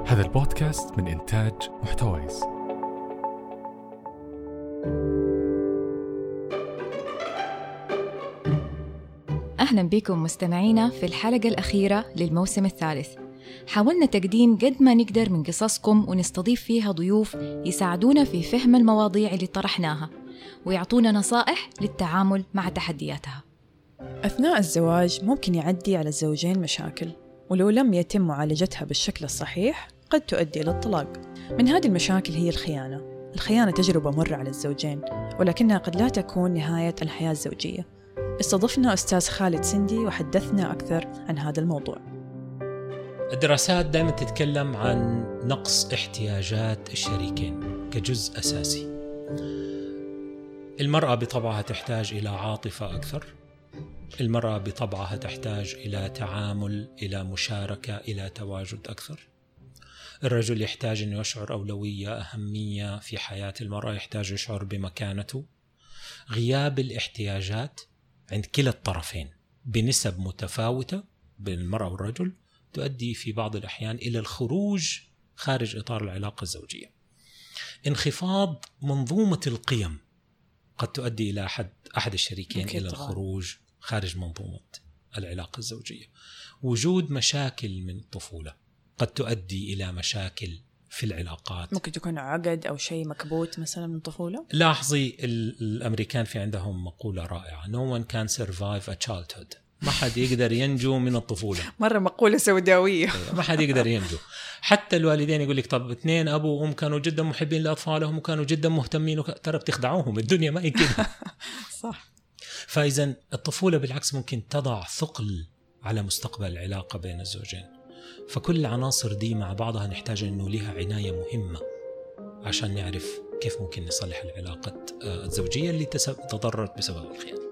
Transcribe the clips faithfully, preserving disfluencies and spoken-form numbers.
هذا البودكاست من إنتاج محتويس. أهلا بكم مستمعينا في الحلقة الأخيرة للموسم الثالث. حاولنا تقديم قد ما نقدر من قصصكم ونستضيف فيها ضيوف يساعدونا في فهم المواضيع اللي طرحناها ويعطونا نصائح للتعامل مع تحدياتها. أثناء الزواج ممكن يعدي على الزوجين مشاكل، ولو لم يتم معالجتها بالشكل الصحيح قد تؤدي إلى الطلاق. من هذه المشاكل هي الخيانة. الخيانة تجربة مرة على الزوجين، ولكنها قد لا تكون نهاية الحياة الزوجية. استضفنا أستاذ خالد سندي وحدثنا أكثر عن هذا الموضوع. الدراسات دائما تتكلم عن نقص احتياجات الشريكين كجزء أساسي. المرأة بطبعها تحتاج إلى عاطفة أكثر، المرأة بطبعها تحتاج إلى تعامل، إلى مشاركة، إلى تواجد أكثر. الرجل يحتاج أن يشعر أولوية، أهمية في حياة المرأة، يحتاج يشعر بمكانته. غياب الاحتياجات عند كلا الطرفين بنسب متفاوتة بين المرأة والرجل تؤدي في بعض الأحيان إلى الخروج خارج إطار العلاقة الزوجية. انخفاض منظومة القيم قد تؤدي إلى أحد أحد الشريكين إلى الخروج خارج منظومة العلاقة الزوجية. وجود مشاكل من الطفولة قد تؤدي إلى مشاكل في العلاقات. ممكن تكون عقد أو شيء مكبوت مثلا من الطفولة. لاحظي الأمريكان في عندهم مقولة رائعة: No one can survive a childhood. ما حد يقدر ينجو من الطفولة. مرة مقولة سوداوية. ما حد يقدر ينجو. حتى الوالدين يقول لك طب اثنين أبو وأم كانوا جدا محبين لأطفالهم وكانوا جدا مهتمين وك... ترى بتخدعوهم، الدنيا ما هي كده. صح. فإذا الطفولة بالعكس ممكن تضع ثقل على مستقبل العلاقة بين الزوجين. فكل العناصر دي مع بعضها نحتاج أنه لها عناية مهمة عشان نعرف كيف ممكن نصلح العلاقة الزوجية اللي تضررت بسبب الخيانة.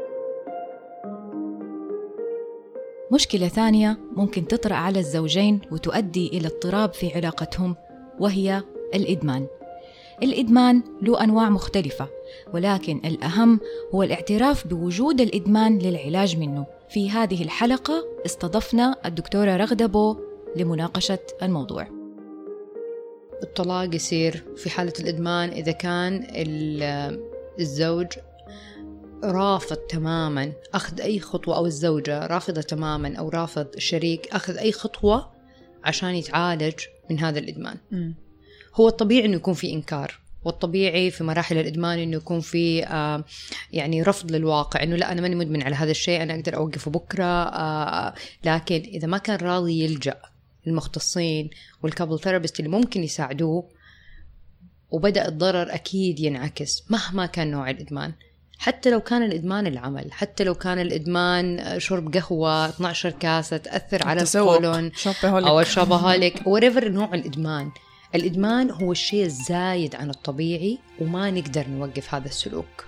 مشكلة ثانية ممكن تطرأ على الزوجين وتؤدي إلى اضطراب في علاقتهم وهي الإدمان. الإدمان له أنواع مختلفة، ولكن الأهم هو الاعتراف بوجود الإدمان للعلاج منه. في هذه الحلقة استضفنا الدكتورة رغدة بو لمناقشة الموضوع. الطلاق يصير في حالة الإدمان إذا كان الزوج رافض تماماً أخذ أي خطوة، أو الزوجة رافضة تماماً أو رافض الشريك أخذ أي خطوة عشان يتعالج من هذا الإدمان. م. هو الطبيعي إنه يكون في إنكار، والطبيعي في مراحل الإدمان إنه يكون في آه يعني رفض للواقع، إنه لا أنا ماني مدمن على هذا الشيء، أنا أقدر أوقفه بكرة. آه لكن إذا ما كان راضي يلجأ المختصين والكابل ثيرابيست اللي ممكن يساعدوه، وبدأ الضرر أكيد ينعكس مهما كان نوع الإدمان. حتى لو كان الإدمان العمل، حتى لو كان الإدمان شرب قهوة اثنتي عشرة كاسة تأثر على القولون أو الشوبهوليك whatever نوع الإدمان. الإدمان هو الشيء الزايد عن الطبيعي وما نقدر نوقف هذا السلوك.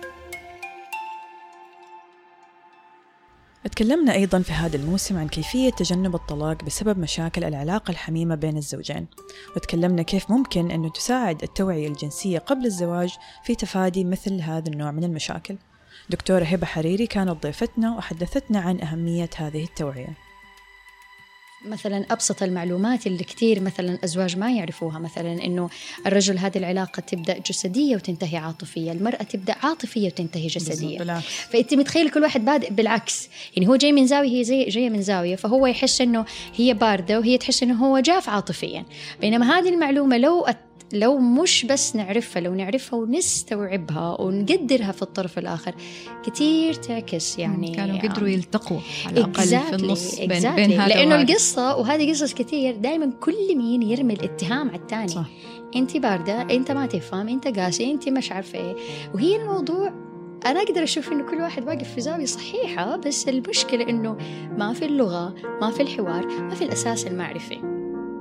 تكلمنا أيضا في هذا الموسم عن كيفية تجنب الطلاق بسبب مشاكل العلاقة الحميمة بين الزوجين، وتكلمنا كيف ممكن أنه تساعد التوعية الجنسية قبل الزواج في تفادي مثل هذا النوع من المشاكل. دكتورة هبة حريري كانت ضيفتنا وحدثتنا عن أهمية هذه التوعية. مثلا أبسط المعلومات اللي كتير مثلا أزواج ما يعرفوها، مثلا إنه الرجل هذه العلاقة تبدأ جسدية وتنتهي عاطفية، المرأة تبدأ عاطفية وتنتهي جسدية. فأنت متخيل كل واحد بادئ بالعكس، يعني هو جاي من زاوية هي زي جاية من زاوية، فهو يحس إنه هي باردة وهي تحس إنه هو جاف عاطفيا. بينما هذه المعلومة لو لو مش بس نعرفها، لو نعرفها ونستوعبها ونقدرها في الطرف الآخر، كتير تعكس يعني كانوا يعني قدروا يلتقوا على الأقل exactly في النص بين, exactly. بين هذا لأنه وهذا. القصة وهذه قصص كتير دائما كل مين يرمي الاتهام على الثاني. انت باردة، انت ما تفهم، انت قاسي، انت مش عارفة ايه. وهي الموضوع أنا أقدر أشوف إنه كل واحد واقف في زاوية صحيحة، بس المشكلة إنه ما في اللغة، ما في الحوار، ما في الأساس المعرفي.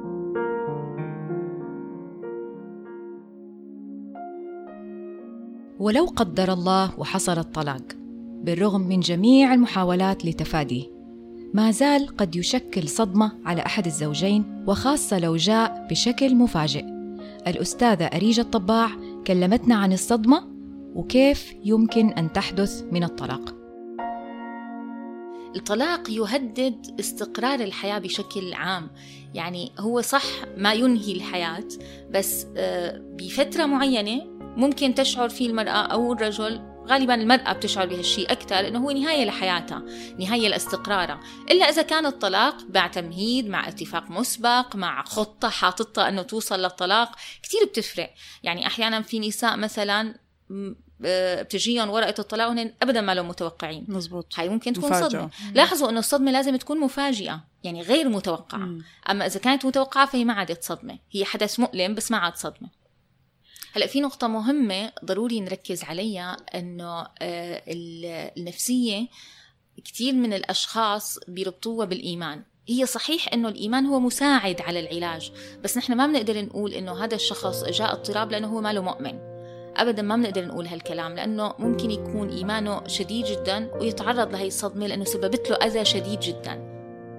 ولو قدر الله وحصل الطلاق بالرغم من جميع المحاولات لتفاديه، ما زال قد يشكل صدمة على أحد الزوجين، وخاصة لو جاء بشكل مفاجئ. الأستاذة أريجة الطباع كلمتنا عن الصدمة وكيف يمكن أن تحدث من الطلاق. الطلاق يهدد استقرار الحياة بشكل عام. يعني هو صح ما ينهي الحياة، بس بفترة معينة ممكن تشعر فيه المرأة أو الرجل، غالبا المرأة بتشعر بهالشيء أكثر، إنه هو نهاية لحياتها، نهاية لاستقرارها، إلا إذا كان الطلاق مع تمهيد، مع اتفاق مسبق، مع خطة حاططة إنه توصل للطلاق. كتير بتفرق. يعني أحيانا في نساء مثلا بتجيهم ورقة الطلاق وهن أبدا ما لهم متوقعين. مزبوط. هاي ممكن تكون مفاجأة. صدمة. لاحظوا إنه الصدمة لازم تكون مفاجئة، يعني غير متوقعة. مم. أما إذا كانت متوقعة فهي ما عادت صدمة، هي حدث مؤلم بس ما عاد صدمة. هلأ في نقطة مهمة ضروري نركز عليها، إنه النفسية كتير من الأشخاص بيربطوها بالإيمان. هي صحيح إنه الإيمان هو مساعد على العلاج، بس نحن ما بنقدر نقول إنه هذا الشخص جاء اضطراب لأنه هو ماله مؤمن. أبدا ما بنقدر نقول هالكلام، لأنه ممكن يكون إيمانه شديد جدا ويتعرض لهي الصدمة لأنه سببت له أذى شديد جدا.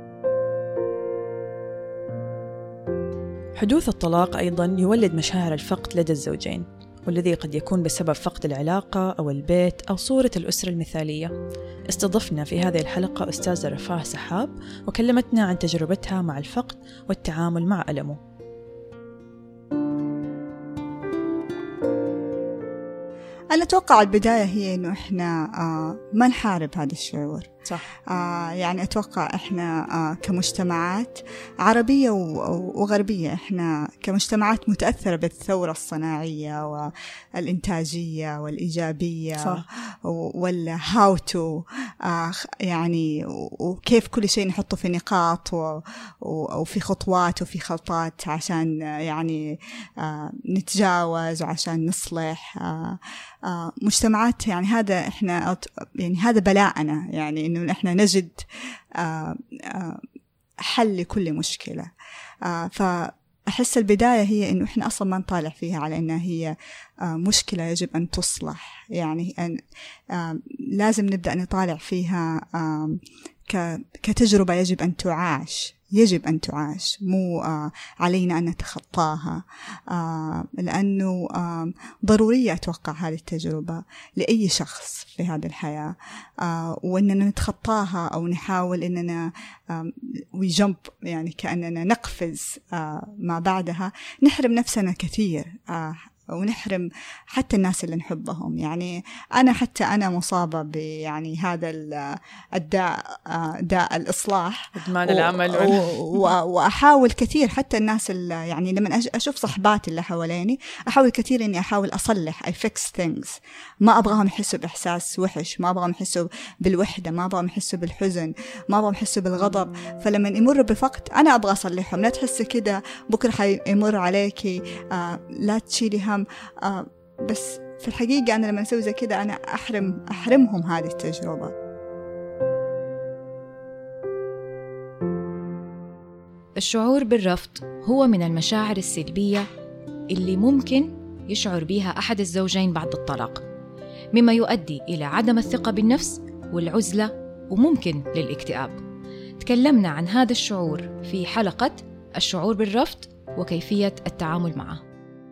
حدوث الطلاق أيضاً يولد مشاعر الفقد لدى الزوجين، والذي قد يكون بسبب فقد العلاقة أو البيت أو صورة الأسرة المثالية. استضفنا في هذه الحلقة أستاذة رفاه سحاب، وكلمتنا عن تجربتها مع الفقد والتعامل مع ألمه. أنا أتوقع البداية هي إنه إحنا آه ما نحارب هذا الشعور. صح. آه يعني أتوقع إحنا آه كمجتمعات عربية وغربية، إحنا كمجتمعات متأثرة بالثورة الصناعية والإنتاجية والإيجابية. صح. ولا هاو تو آه يعني وكيف كل شيء نحطه في نقاط وفي خطوات وفي خطات عشان يعني آه نتجاوز وعشان نصلح. آه آه مجتمعات يعني هذا إحنا يعني هذا بلاءنا، يعني إنه إحنا نجد آه آه حل لكل مشكلة. آه فأحس البداية هي إنه إحنا أصلا ما نطالع فيها على إنها هي آه مشكلة يجب أن تصلح. يعني أن آه لازم نبدأ نطالع فيها آه كتجربة يجب أن تعاش، يجب أن تعاش، مو آه علينا أن نتخطاها. آه لأنه آه ضرورية أتوقع هذه التجربة لأي شخص في هذه الحياة، آه وأننا نتخطاها أو نحاول أننا آه ويجمب يعني كأننا نقفز آه ما بعدها، نحرم نفسنا كثير آه ونحرم حتى الناس اللي نحبهم. يعني أنا حتى أنا مصابة بيعني هذا الداء، داء الإصلاح، إدمان العمل، وأحاول كثير حتى الناس اللي يعني لما أشوف صحباتي اللي حواليني أحاول كثير إني أحاول أصلح I fix things. ما أبغاهم يحسوا بإحساس وحش، ما أبغاهم يحسوا بالوحدة، ما أبغاهم يحسوا بالحزن، ما أبغاهم يحسوا بالغضب. فلما يمر بفقد أنا أبغى أصلحهم. لا تحس كده بكرة حيمر عليكي آه لا تشيلي هم. آه بس في الحقيقة أنا لما أسوي زي كده أنا أحرم أحرمهم هذه التجربة. الشعور بالرفض هو من المشاعر السلبية اللي ممكن يشعر بها أحد الزوجين بعد الطلاق، مما يؤدي إلى عدم الثقة بالنفس والعزلة وممكن للاكتئاب. تكلمنا عن هذا الشعور في حلقة الشعور بالرفض وكيفية التعامل معه.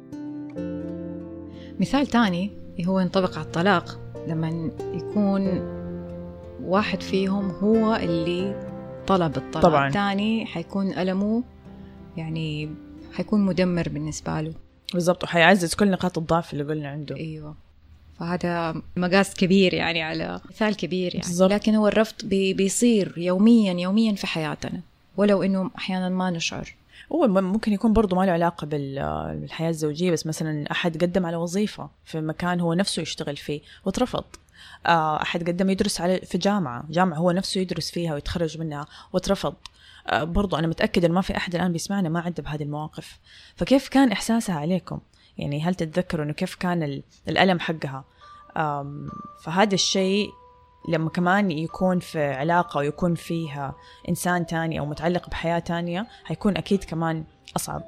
مثال تاني هو ينطبق على الطلاق، لما يكون واحد فيهم هو اللي طلب الطلاق، طبعاً الثاني حيكون ألمه يعني حيكون مدمر بالنسبة له. بالضبط، وحيعزز كل نقاط الضعف اللي قلنا عنده. أيوة، فهذا مقاس كبير يعني على مثال كبير يعني. بالزبط. لكن هو الرفض بي بيصير يوميا يوميا في حياتنا ولو إنه أحيانا ما نشعر. هو ممكن يكون برضو ما له علاقة بالحياة الزوجية، بس مثلا أحد قدم على وظيفة في مكان هو نفسه يشتغل فيه وترفض. أحد قدم يدرس على في جامعة جامعة هو نفسه يدرس فيها ويتخرج منها وترفض. برضو أنا متأكد إن ما في أحد الآن بيسمعنا ما عنده بهذه المواقف. فكيف كان إحساسها عليكم؟ يعني هل تتذكروا إنه كيف كان الألم حقها؟ فهذا الشيء لما كمان يكون في علاقة ويكون فيها إنسان تاني أو متعلق بحياة تانية هيكون أكيد كمان أصعب.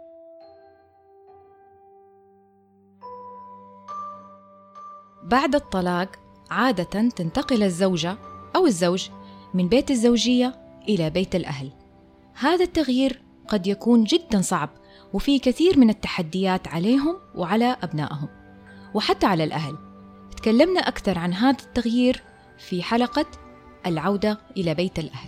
بعد الطلاق عادة تنتقل الزوجة أو الزوج من بيت الزوجية إلى بيت الأهل. هذا التغيير قد يكون جدا صعب وفيه كثير من التحديات عليهم وعلى أبنائهم وحتى على الأهل. تكلمنا أكثر عن هذا التغيير في حلقة العودة إلى بيت الأهل.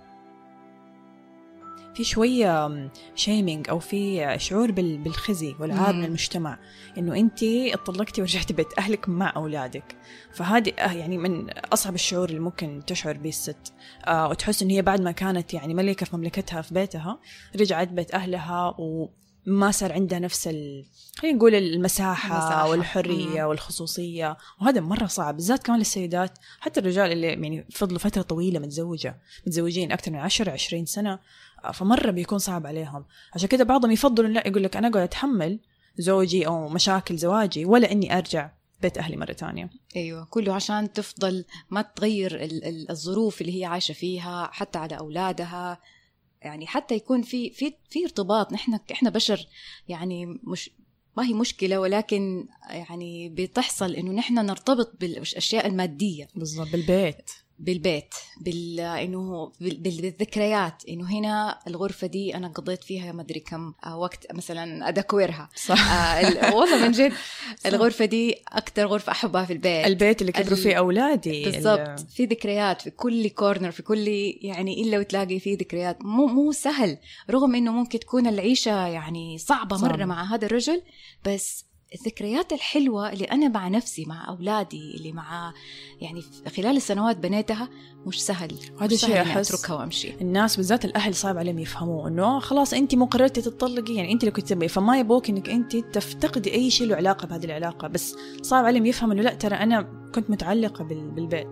في شوية شيمينج أو في شعور بالخزي والعار من المجتمع، إنه أنتي اتطلقتي ورجعتي بيت أهلك مع أولادك. فهذه يعني من أصعب الشعور اللي ممكن تشعر به الست، آه وتحس إن هي بعد ما كانت يعني ملكة في مملكتها في بيتها رجعت بيت أهلها وما صار عندها نفس ال... خلينا نقول المساحة, المساحة. والحرية مم. والخصوصية، وهذا مرة صعب بالذات كمان للسيدات. حتى الرجال اللي يعني فضلوا فترة طويلة متزوجة متزوجين أكثر من عشر عشرين سنة، فمرة بيكون صعب عليهم. عشان كده بعضهم يفضلوا لا، يقول لك أنا أقعد أتحمل زوجي أو مشاكل زواجي ولا إني أرجع بيت أهلي مرة تانية. أيوة، كله عشان تفضل ما تغير الظروف اللي هي عايشة فيها حتى على أولادها. يعني حتى يكون في في في ارتباط. نحن إحنا بشر، يعني مش ما هي مشكلة، ولكن يعني بتحصل إنه نحن نرتبط بالأشياء المادية بالضبط، بالبيت بالبيت بال إنه بالذكريات، إنه هنا الغرفة دي أنا قضيت فيها ما أدري كم وقت مثلا أدكورها. آه والله من جد الغرفة دي أكتر غرفة أحبها في البيت، البيت اللي كبروا فيه أولادي بالضبط. في ذكريات في كل كورنر، في كل يعني إلا وتلاقي فيه ذكريات. مو مو سهل، رغم إنه ممكن تكون العيشة يعني صعبة مرة صعب. مع هذا الرجل، بس الذكريات الحلوة اللي أنا مع نفسي مع أولادي اللي مع يعني خلال السنوات بنيتها مش سهل. هذا شيء أحس أتركها وأمشي. الناس بالذات الأهل صعب عليهم يفهموا إنه خلاص أنت مو قررتي تطلقي، يعني أنت اللي كنت تبغي، فما يبوك إنك أنت تفتقدي أي شيء له علاقة بهذه العلاقة. بس صعب عليهم يفهموا إنه لا، ترى أنا كنت متعلقة بالبيت.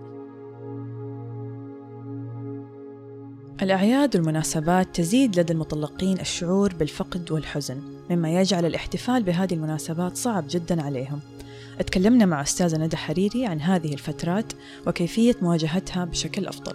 الأعياد والمناسبات تزيد لدى المطلقين الشعور بالفقد والحزن، مما يجعل الاحتفال بهذه المناسبات صعب جدا عليهم. اتكلمنا مع أستاذة ندى حريري عن هذه الفترات وكيفية مواجهتها بشكل أفضل.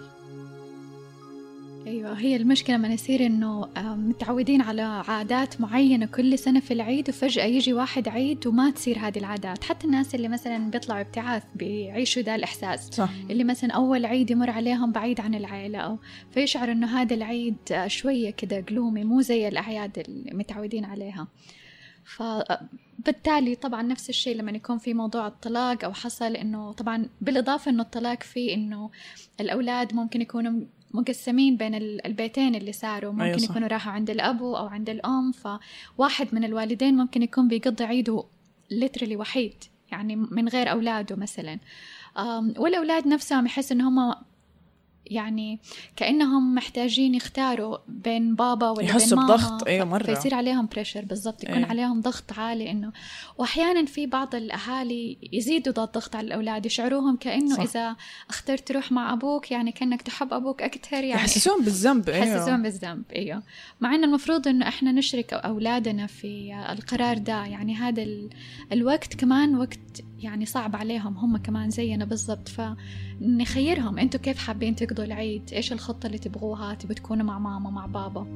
أيوة، هي المشكلة من يصير إنه متعودين على عادات معينة كل سنة في العيد، وفجأة يجي واحد عيد وما تصير هذه العادات. حتى الناس اللي مثلا بيطلعوا ابتعاث بيعيشوا ذا الإحساس صح. اللي مثلا أول عيد يمر عليهم بعيد عن العائلة، أو فيشعر إنه هذا العيد شوية كده جلومي، مو زي الأعياد اللي متعودين عليها. فبالتالي طبعا نفس الشيء لما يكون في موضوع الطلاق أو حصل، إنه طبعا بالإضافة إنه الطلاق فيه إنه الأولاد ممكن يكونوا مقسمين بين البيتين اللي صاروا، ممكن أيوة يكونوا راحوا عند الأبو أو عند الأم، فواحد من الوالدين ممكن يكون بيقضي عيده ليترلي وحيد، يعني من غير أولاده مثلا. والأولاد نفسهم يحس إنهم يعني كأنهم محتاجين يختاروا بين بابا ولا بين ماما، بضغط أيوة مرة، فيصير عليهم بريشر بالضبط، يكون أيوة. عليهم ضغط عالي. إنه وأحيانا في بعض الأهالي يزيدوا ضغط ضغط على الأولاد، يشعروهم كأنه صح. إذا اخترت تروح مع أبوك يعني كأنك تحب أبوك أكثر، يعني يحسسون بالذنب. أيوة. يحسسون بالذنب أيوة. مع إن المفروض إنه إحنا نشرك أولادنا في القرار ده، يعني هذا ال... الوقت كمان وقت يعني صعب عليهم، هم كمان زينا بالضبط. فنخيرهم أنتوا كيف حابين تقضوا العيد، إيش الخطة اللي تبغوها، تبي تكونوا مع ماما مع بابا.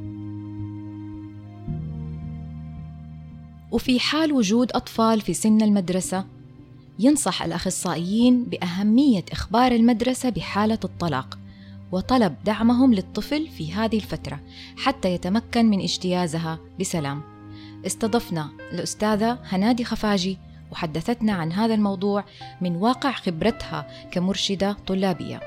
وفي حال وجود أطفال في سن المدرسة، ينصح الأخصائيين بأهمية إخبار المدرسة بحالة الطلاق وطلب دعمهم للطفل في هذه الفترة حتى يتمكن من اجتيازها بسلام. استضفنا الأستاذة هنادي خفاجي وحدثتنا عن هذا الموضوع من واقع خبرتها كمرشدة طلابية.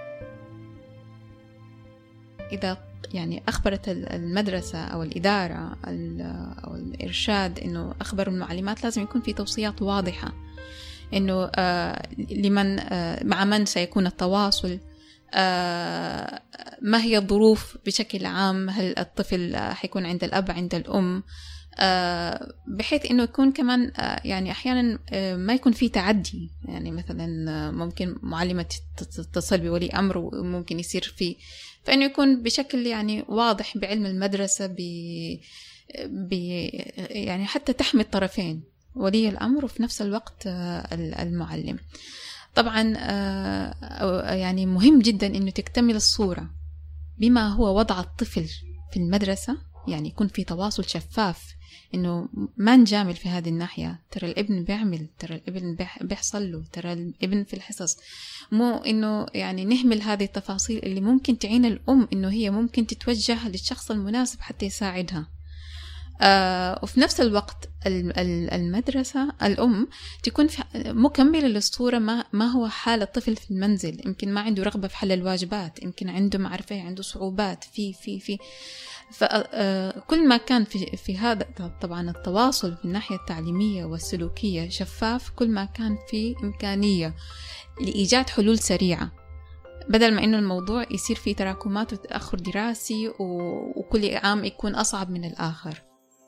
إذا يعني أخبرت المدرسة أو الإدارة أو الإرشاد إنه أخبروا المعلمات، لازم يكون في توصيات واضحة إنه آه لمن آه مع من سيكون التواصل، آه ما هي الظروف بشكل عام، هل الطفل آه حيكون عند الأب عند الأم، آه بحيث إنه يكون كمان آه يعني أحيانا آه ما يكون في تعدي. يعني مثلا آه ممكن معلمة تتصل بولي أمر وممكن يصير في، فإنه يكون بشكل يعني واضح بعلم المدرسة ب ب يعني حتى تحمي الطرفين، ولي الأمر وفي نفس الوقت المعلم. طبعا يعني مهم جدا إنه تكتمل الصورة بما هو وضع الطفل في المدرسة، يعني يكون في تواصل شفاف، إنه ما نجامل في هذه الناحية، ترى الابن بيعمل، ترى الابن بيحصل له، ترى الابن في الحصص، مو إنه يعني نهمل هذه التفاصيل اللي ممكن تعين الأم إنه هي ممكن تتوجه للشخص المناسب حتى يساعدها. آه وفي نفس الوقت المدرسة الأم تكون مكملة للصورة ما, ما هو حال الطفل في المنزل. يمكن ما عنده رغبة في حل الواجبات، يمكن عنده معرفة، عنده صعوبات في في في فكل ما كان في في هذا طبعا التواصل في الناحية التعليمية والسلوكية شفاف، كل ما كان في إمكانية لإيجاد حلول سريعة، بدل ما إنه الموضوع يصير فيه تراكمات وتأخر دراسي وكل عام يكون أصعب من الآخر.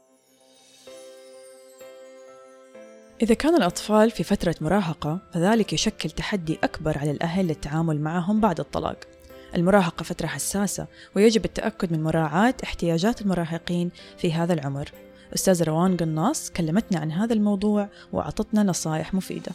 إذا كان الأطفال في فترة مراهقة فذلك يشكل تحدي أكبر على الأهل للتعامل معهم بعد الطلاق. المراهقة فترة حساسة ويجب التأكد من مراعاة احتياجات المراهقين في هذا العمر. أستاذة روان قناص كلمتنا عن هذا الموضوع وأعطتنا نصائح مفيدة.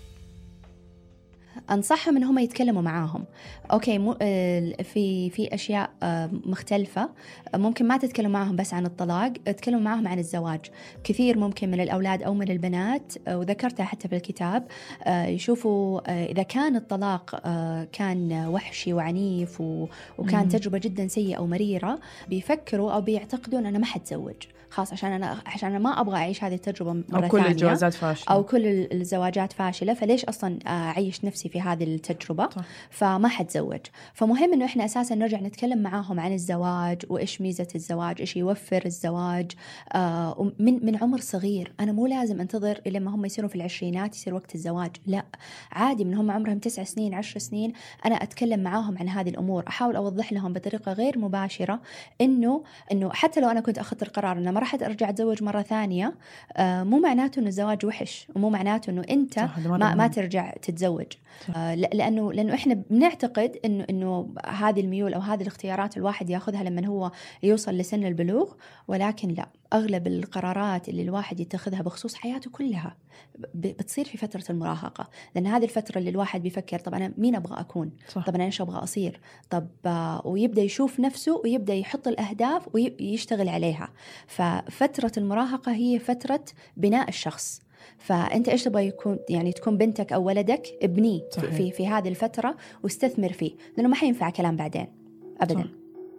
أنصحهم إن هم يتكلموا معاهم. أوكي مو في في أشياء مختلفة ممكن ما تتكلم معاهم بس عن الطلاق، تتكلموا معاهم عن الزواج. كثير ممكن من الأولاد أو من البنات، وذكرتها حتى في الكتاب، يشوفوا إذا كان الطلاق كان وحشي وعنيف وكان تجربة جدا سيئة أو مريرة، بيفكروا أو بيعتقدوا أن أنا ما حتزوج خلاص عشان أنا عشان أنا ما أبغى أعيش هذه التجربة مرة ثانية، أو كل الجوازات فاشلة أو كل الزواجات فاشلة، فليش أصلا أعيش نفسي في هذه التجربة؟ طيب. فما حتزوج. فمهم إنه إحنا أساسا نرجع نتكلم معاهم عن الزواج وإيش ميزة الزواج، إيش يوفر الزواج آه من من عمر صغير. أنا مو لازم أنتظر إلى ما هم يصيروا في العشرينات يصير وقت الزواج، لا، عادي من هم عمرهم تسع سنين عشر سنين أنا أتكلم معاهم عن هذه الأمور، أحاول أوضح لهم بطريقة غير مباشرة إنه إنه حتى لو أنا كنت أخذت القرار إن ما راح أرجع أتزوج مرة ثانية، آه مو معناته إنه الزواج وحش، ومو معناته إنه أنت ما ما ترجع تتزوج. آه لأنه لأنه إحنا بنعتقد إنه إنه هذه الميول أو هذه الاختيارات الواحد يأخذها لما هو يوصل لسن البلوغ، ولكن لا، أغلب القرارات اللي الواحد يتخذها بخصوص حياته كلها بتصير في فترة المراهقة، لأن هذه الفترة اللي الواحد بيفكر طب أنا مين أبغى أكون، صح. طب أنا إيش أبغى أصير، طب ويبدأ يشوف نفسه ويبدأ يحط الأهداف ويشتغل عليها. ففترة المراهقة هي فترة بناء الشخص. فأنت إيش تبغى يكون، يعني تكون بنتك أو ولدك، ابنيه في, في في هذه الفترة واستثمر فيه، لأنه ما حينفع كلام بعدين أبداً. صح.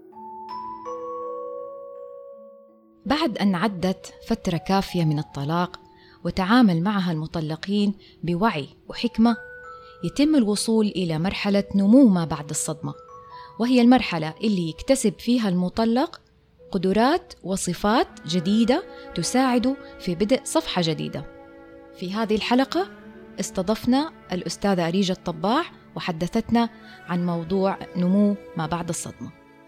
بعد أن عدت فترة كافية من الطلاق وتعامل معها المطلقين بوعي وحكمة، يتم الوصول إلى مرحلة نمو ما بعد الصدمة، وهي المرحلة اللي يكتسب فيها المطلق قدرات وصفات جديدة تساعده في بدء صفحة جديدة. في هذه الحلقة استضفنا الأستاذة أريجة الطباع وحدثتنا عن موضوع نمو ما بعد الصدمة.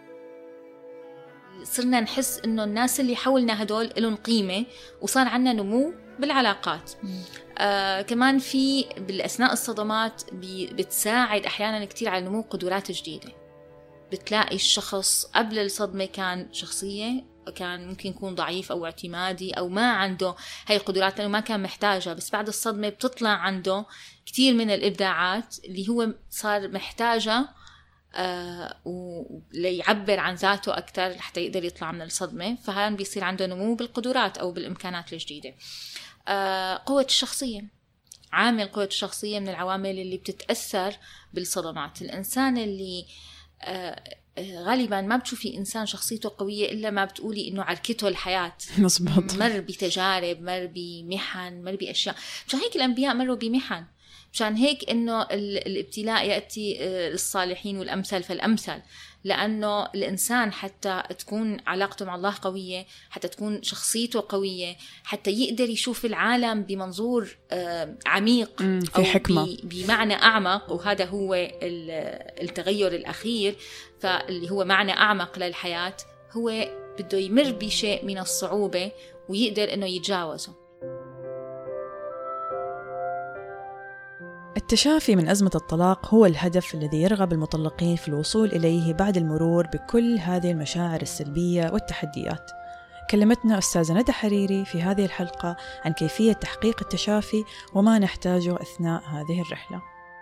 صرنا نحس إنه الناس اللي حولنا هدول لهم قيمة، وصار عنا نمو بالعلاقات. آه كمان في بالأثناء الصدمات بتساعد أحيانا كتير على نمو قدرات جديدة. بتلاقي الشخص قبل الصدمة كان شخصية، كان ممكن يكون ضعيف أو اعتمادي أو ما عنده هاي القدرات لأنه ما كان محتاجها، بس بعد الصدمة بتطلع عنده كتير من الإبداعات اللي هو صار محتاجها آه وليعبر عن ذاته أكتر حتى يقدر يطلع من الصدمة. فهان بيصير عنده نمو بالقدرات أو بالإمكانات الجديدة. آه قوة الشخصية، عامل قوة الشخصية من العوامل اللي بتتأثر بالصدمات. الإنسان اللي آه غالبا ما بتشوفي إنسان شخصيته قوية إلا ما بتقولي إنه عركته الحياة، مر بتجارب، مر بمحن، مر بأشياء. مشان هيك الأنبياء مروا بمحن، مشان هيك إنه الابتلاء يأتي للصالحين والأمثل فالأمثل، لأنه الإنسان حتى تكون علاقته مع الله قوية، حتى تكون شخصيته قوية، حتى يقدر يشوف العالم بمنظور عميق أو حكمة. بمعنى أعمق، وهذا هو التغير الأخير. فاللي هو معنى أعمق للحياة هو بده يمر بشيء من الصعوبة ويقدر إنه يتجاوزه. التشافي من أزمة الطلاق هو الهدف الذي يرغب المطلقين في الوصول إليه بعد المرور بكل هذه المشاعر السلبية والتحديات. كلمتنا أستاذة ندى حريري في هذه الحلقة عن كيفية تحقيق التشافي وما نحتاجه أثناء هذه الرحلة.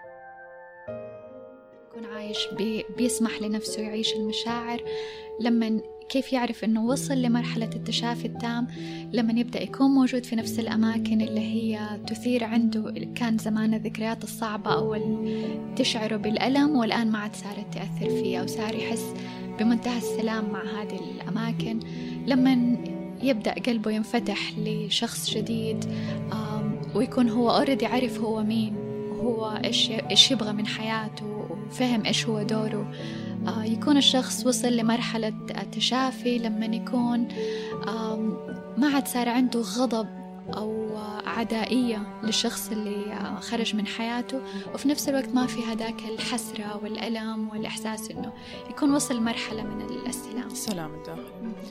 يكون عايش بي بيسمح لنفسه يعيش المشاعر، لما كيف يعرف أنه وصل لمرحلة التشافي التام؟ لما يبدأ يكون موجود في نفس الأماكن اللي هي تثير عنده كان زمان الذكريات الصعبة أو تشعره بالألم، والآن ما عاد صارت تأثر فيه، أو صار يحس بمنتهى السلام مع هذه الأماكن. لما يبدأ قلبه ينفتح لشخص جديد، ويكون هو أوريدي عارف هو مين وهو إيش إيش يبغى من حياته وفهم إيش هو دوره. يكون الشخص وصل لمرحلة التشافي لما يكون ما عاد صار عنده غضب أو عدائية للشخص اللي خرج من حياته، وفي نفس الوقت ما في هداك الحسرة والألم والإحساس إنه يكون وصل مرحلة من السلام. السلام الداخلي.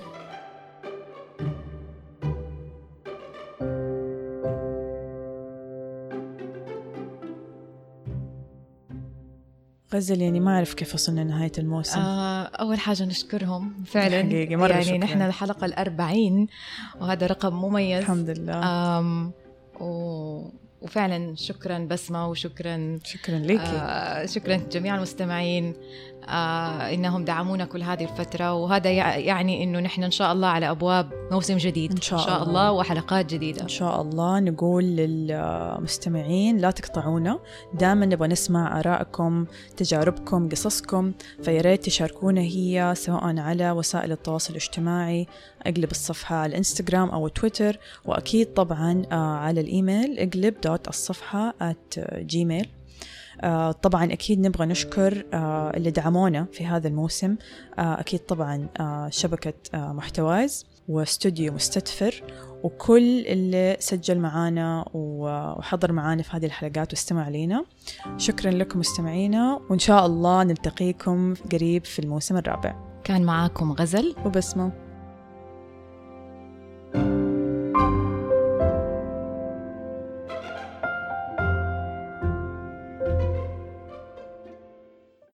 غزل، يعني ما أعرف كيف وصلنا لنهاية الموسم. آه أول حاجة نشكرهم فعلا، حقيقي مرة يعني شكرا. نحن الحلقة الأربعين وهذا رقم مميز الحمد لله. آم و... وفعلا شكرا بسمة، وشكرا شكرا لك آه شكرا جميع المستمعين آه إنهم دعمونا كل هذه الفترة، وهذا يعني إنه نحن إن شاء الله على أبواب موسم جديد إن شاء, إن شاء الله. الله وحلقات جديدة إن شاء الله. نقول للمستمعين لا تقطعونا، دائما نبغى نسمع آرائكم، تجاربكم، قصصكم، فياريت تشاركونا هي سواء على وسائل التواصل الاجتماعي، اقلب الصفحة على الانستغرام أو تويتر، وأكيد طبعا على الإيميل اقلب دوت الصفحة at جيميل. آه طبعا أكيد نبغى نشكر آه اللي دعمونا في هذا الموسم، آه أكيد طبعا آه شبكة آه محتوايز واستوديو مستدفر وكل اللي سجل معانا وحضر معانا في هذه الحلقات واستمع لينا. شكرا لكم مستمعينا، وإن شاء الله نلتقيكم قريب في الموسم الرابع. كان معاكم غزل وبسمة.